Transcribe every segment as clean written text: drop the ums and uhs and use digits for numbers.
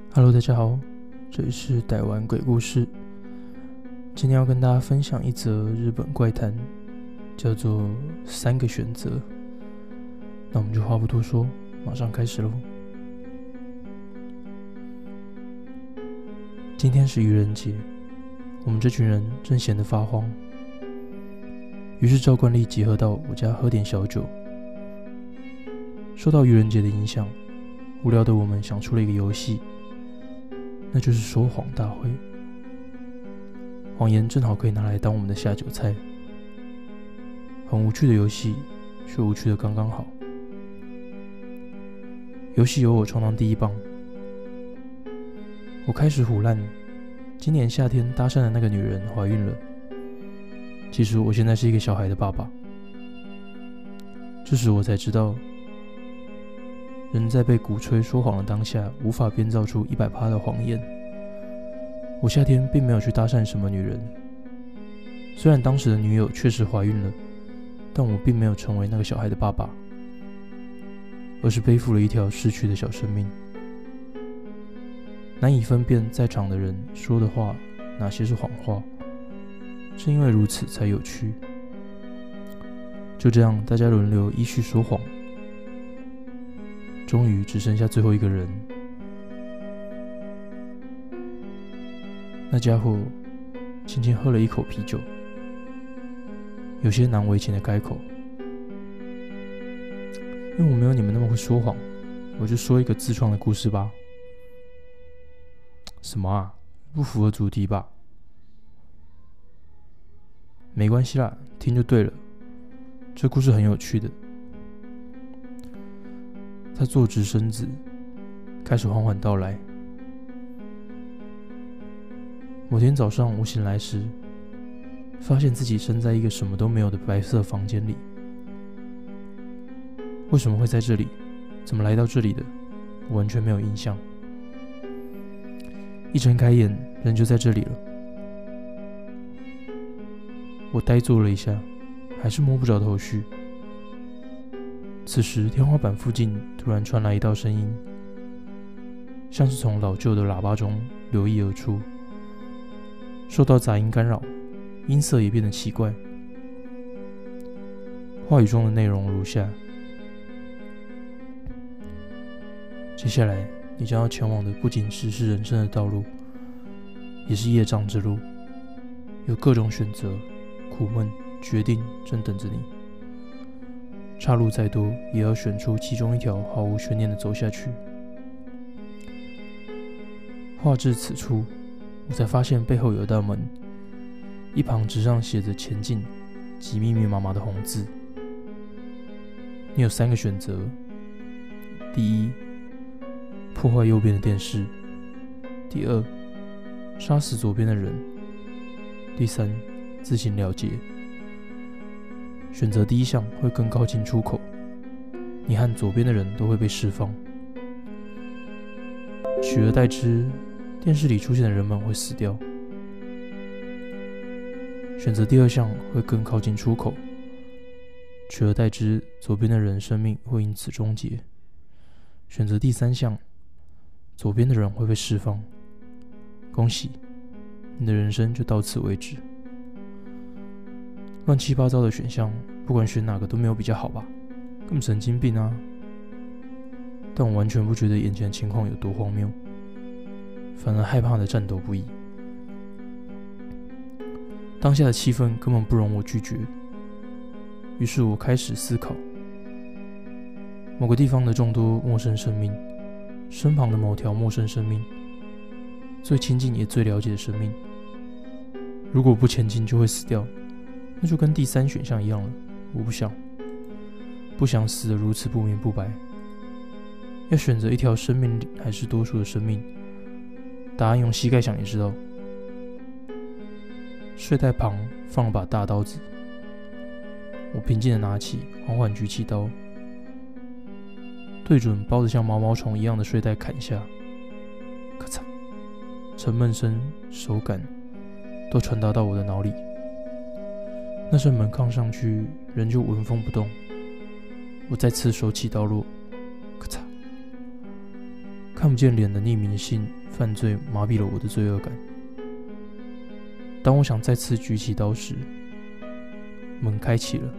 Hello， 大家好，这里是台湾鬼故事。今天要跟大家分享一则日本怪谈，叫做3个选择。那我们就话不多说，马上开始咯。今天是愚人节，我们这群人正闲得发慌，于是照惯例集合到我家喝点小酒。受到愚人节的影响，无聊的我们想出了一个游戏，那就是说谎大会。谎言正好可以拿来当我们的下酒菜，很无趣的游戏，却无趣的刚刚好。游戏由我充当第一棒，我开始唬烂，今年夏天搭讪的那个女人怀孕了。其实我现在是一个小孩的爸爸。这时我才知道，人在被鼓吹说谎的当下，无法编造出100%的谎言。我夏天并没有去搭讪什么女人，虽然当时的女友确实怀孕了，但我并没有成为那个小孩的爸爸，而是背负了一条逝去的小生命。难以分辨在场的人说的话哪些是谎话，正因为如此才有趣。就这样，大家轮流依序说谎，终于只剩下最后一个人。那家伙轻轻喝了一口啤酒，有些难为情的开口：“因为我没有你们那么会说谎，我就说一个自创的故事吧。”“什么啊？不符合主题吧？”“没关系啦，听就对了，这故事很有趣的。”他坐直身子，开始缓缓道来。某天早上我醒来时，发现自己身在一个什么都没有的白色房间里。为什么会在这里？怎么来到这里的？我完全没有印象。一睁开眼，人就在这里了。我呆坐了一下，还是摸不着头绪。此时天花板附近突然传来一道声音，像是从老旧的喇叭中流溢而出，受到杂音干扰，音色也变得奇怪。话语中的内容如下：接下来你将要前往的不仅只是人生的道路，也是业障之路，有各种选择、苦闷、决定正等着你。岔路再多，也要选出其中一条毫无悬念的走下去。话至此处，我才发现背后有一道门，一旁纸上写着前进及密密麻麻的红字。你有3个选择：第一，破坏右边的电视；第二，杀死左边的人；第三，自行了结。选择第一项会更靠近出口，你和左边的人都会被释放。取而代之，电视里出现的人们会死掉。选择第二项会更靠近出口，取而代之，左边的人生命会因此终结。选择第三项，左边的人会被释放。恭喜，你的人生就到此为止。乱七八糟的选项，不管选哪个都没有比较好吧，根本神经病啊！但我完全不觉得眼前的情况有多荒谬，反而害怕的颤抖不已。当下的气氛根本不容我拒绝，于是我开始思考：某个地方的众多陌生生命，身旁的某条陌生生命，最亲近也最了解的生命，如果不前进就会死掉，那就跟第3选项一样了。我不想死得如此不明不白。要选择一条生命还是多数的生命？答案用膝盖想也知道。睡袋旁放了把大刀子，我平静地拿起，缓缓举起刀，对准包得像毛毛虫一样的睡袋砍下。咔嚓，沉闷声、手感都传达到我的脑里。那扇门抗上去，人就纹风不动。我再次手起刀落，咔嚓，看不见脸的匿名信犯罪麻痹了我的罪恶感。当我想再次举起刀时，门开启了。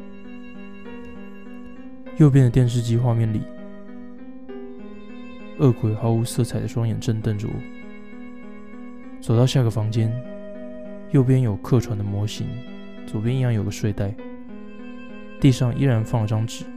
右边的电视机画面里，恶鬼毫无色彩的双眼正瞪着我。走到下个房间，右边有客船的模型，左边一样有个睡袋，地上依然放了张纸。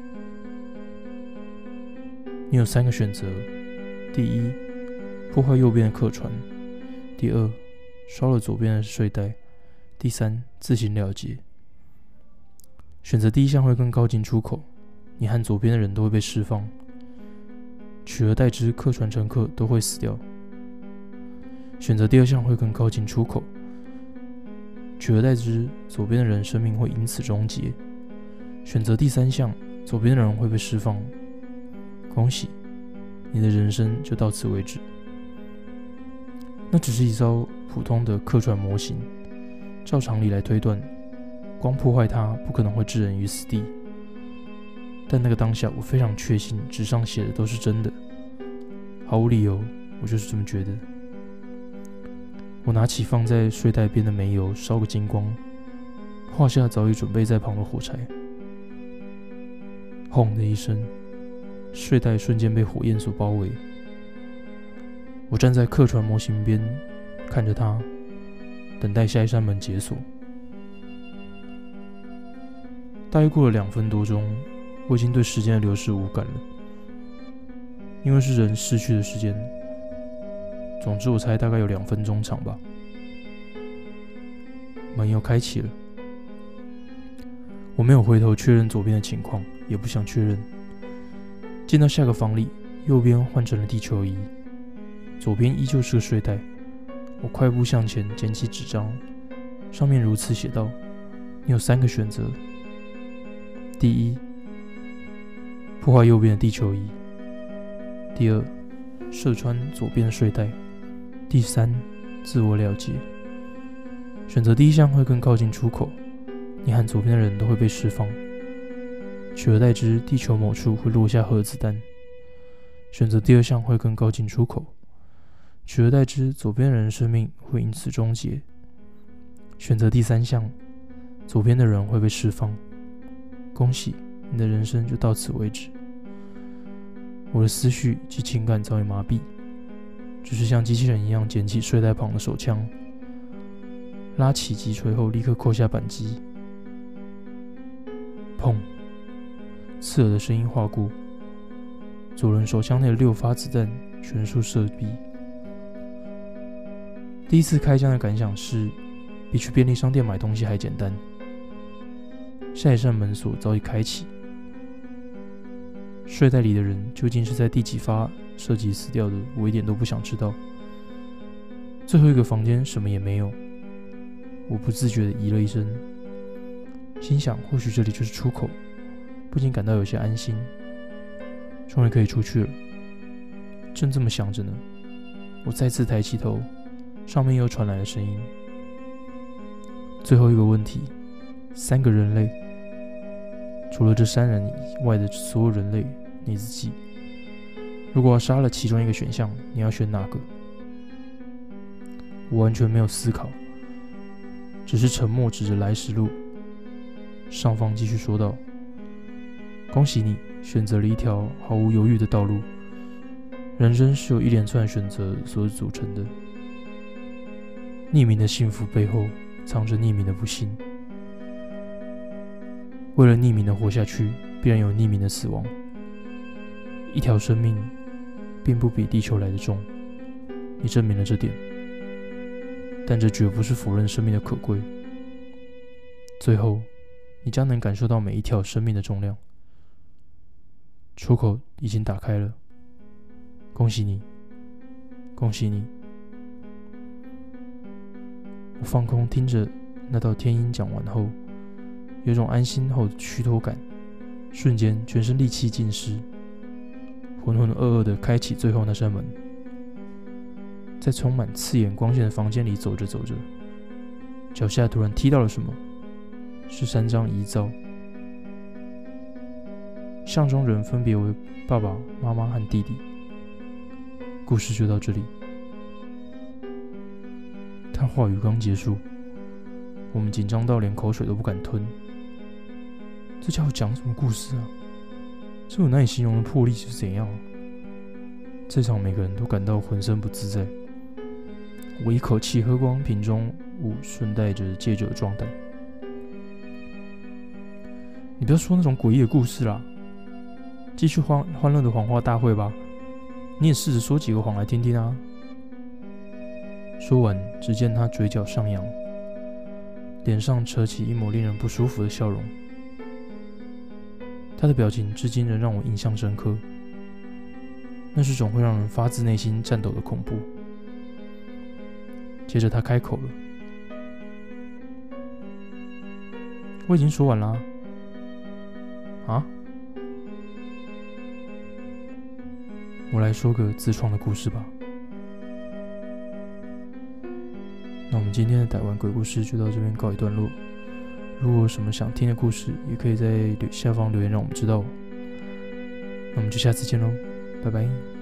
你有3个选择：第一，破坏右边的客船；第二，烧了左边的睡袋；第三，自行了结。选择第一项会更靠近出口，你和左边的人都会被释放，取而代之，客船乘客都会死掉。选择第二项会更靠近出口，取而代之，左边的人生命会因此终结。选择第三项，左边的人会被释放。恭喜，你的人生就到此为止。那只是一艘普通的客船模型，照常理来推断，光破坏它不可能会置人于死地。但那个当下，我非常确信纸上写的都是真的，毫无理由，我就是这么觉得。我拿起放在睡袋边的煤油，烧个精光，画下早已准备在旁的火柴。轰的一声，睡袋瞬间被火焰所包围。我站在客船模型边，看着它，等待下一扇门解锁。大约过了2分多钟，我已经对时间的流逝无感了，因为是人逝去的时间。总之，我猜大概有2分钟长吧。门又开启了，我没有回头确认左边的情况，也不想确认。进到下个房里，右边换成了地球仪，左边依旧是个睡袋。我快步向前，捡起纸张，上面如此写道：你有3个选择。第一，破坏右边的地球仪；第二，射穿左边的睡袋；第三，自我了结。选择第一项会更靠近出口，你和左边的人都会被释放，取而代之，地球某处会落下核子弹。选择第二项会更靠近出口，取而代之，左边的人的生命会因此终结。选择第三项，左边的人会被释放。恭喜，你的人生就到此为止。我的思绪及情感早已麻痹，只是像机器人一样捡起睡袋旁的手枪，拉起击锤后立刻扣下扳机。砰！刺耳的声音划过，左轮手枪内的6发子弹全数射毙。第一次开枪的感想是，比去便利商店买东西还简单。下一扇门锁早已开启，睡袋里的人究竟是在第几发射击死掉的，我一点都不想知道。最后一个房间什么也没有，我不自觉地咦了一声，心想或许这里就是出口，不禁感到有些安心，终于可以出去了。正这么想着呢，我再次抬起头，上面又传来了声音。最后一个问题，3个人类，除了这3人以外的所有人类，你自己，如果要杀了其中一个选项，你要选哪个？我完全没有思考，只是沉默指着来时路。上方继续说道：恭喜你选择了一条毫无犹豫的道路。人生是由一连串选择所组成的，匿名的幸福背后藏着匿名的不幸。为了匿名的活下去，必然有匿名的死亡。一条生命并不比地球来得重，你证明了这点，但这绝不是否认生命的可贵。最后，你将能感受到每一条生命的重量。出口已经打开了，恭喜你，恭喜你！我放空听着那道天音讲完后，有种安心后的虚脱感，瞬间全身力气尽失，浑浑噩噩地开启最后那扇门，在充满刺眼光线的房间里走着走着，脚下突然踢到了什么，是3张遗照，相中人分别为爸爸妈妈和弟弟。故事就到这里， 他话语刚结束，我们紧张到连口水都不敢吞。这家伙讲什么故事啊？这有难以形容的魄力是怎样啊？在场每个人都感到浑身不自在。我一口气喝光瓶中顺带着借酒的状态。你不要说那种诡异的故事啦，继续欢乐的谎话大会吧。你也试着说几个谎来听听啊。说完，只见他嘴角上扬，脸上扯起一抹令人不舒服的笑容。他的表情至今仍让我印象深刻，那是种会让人发自内心颤抖的恐怖。接着他开口了：“我已经说完啦。”啊？我来说个自创的故事吧。那我们今天的台湾鬼故事就到这边告一段落。如果有什么想听的故事，也可以在下方留言让我们知道。那我们就下次见喽，拜拜。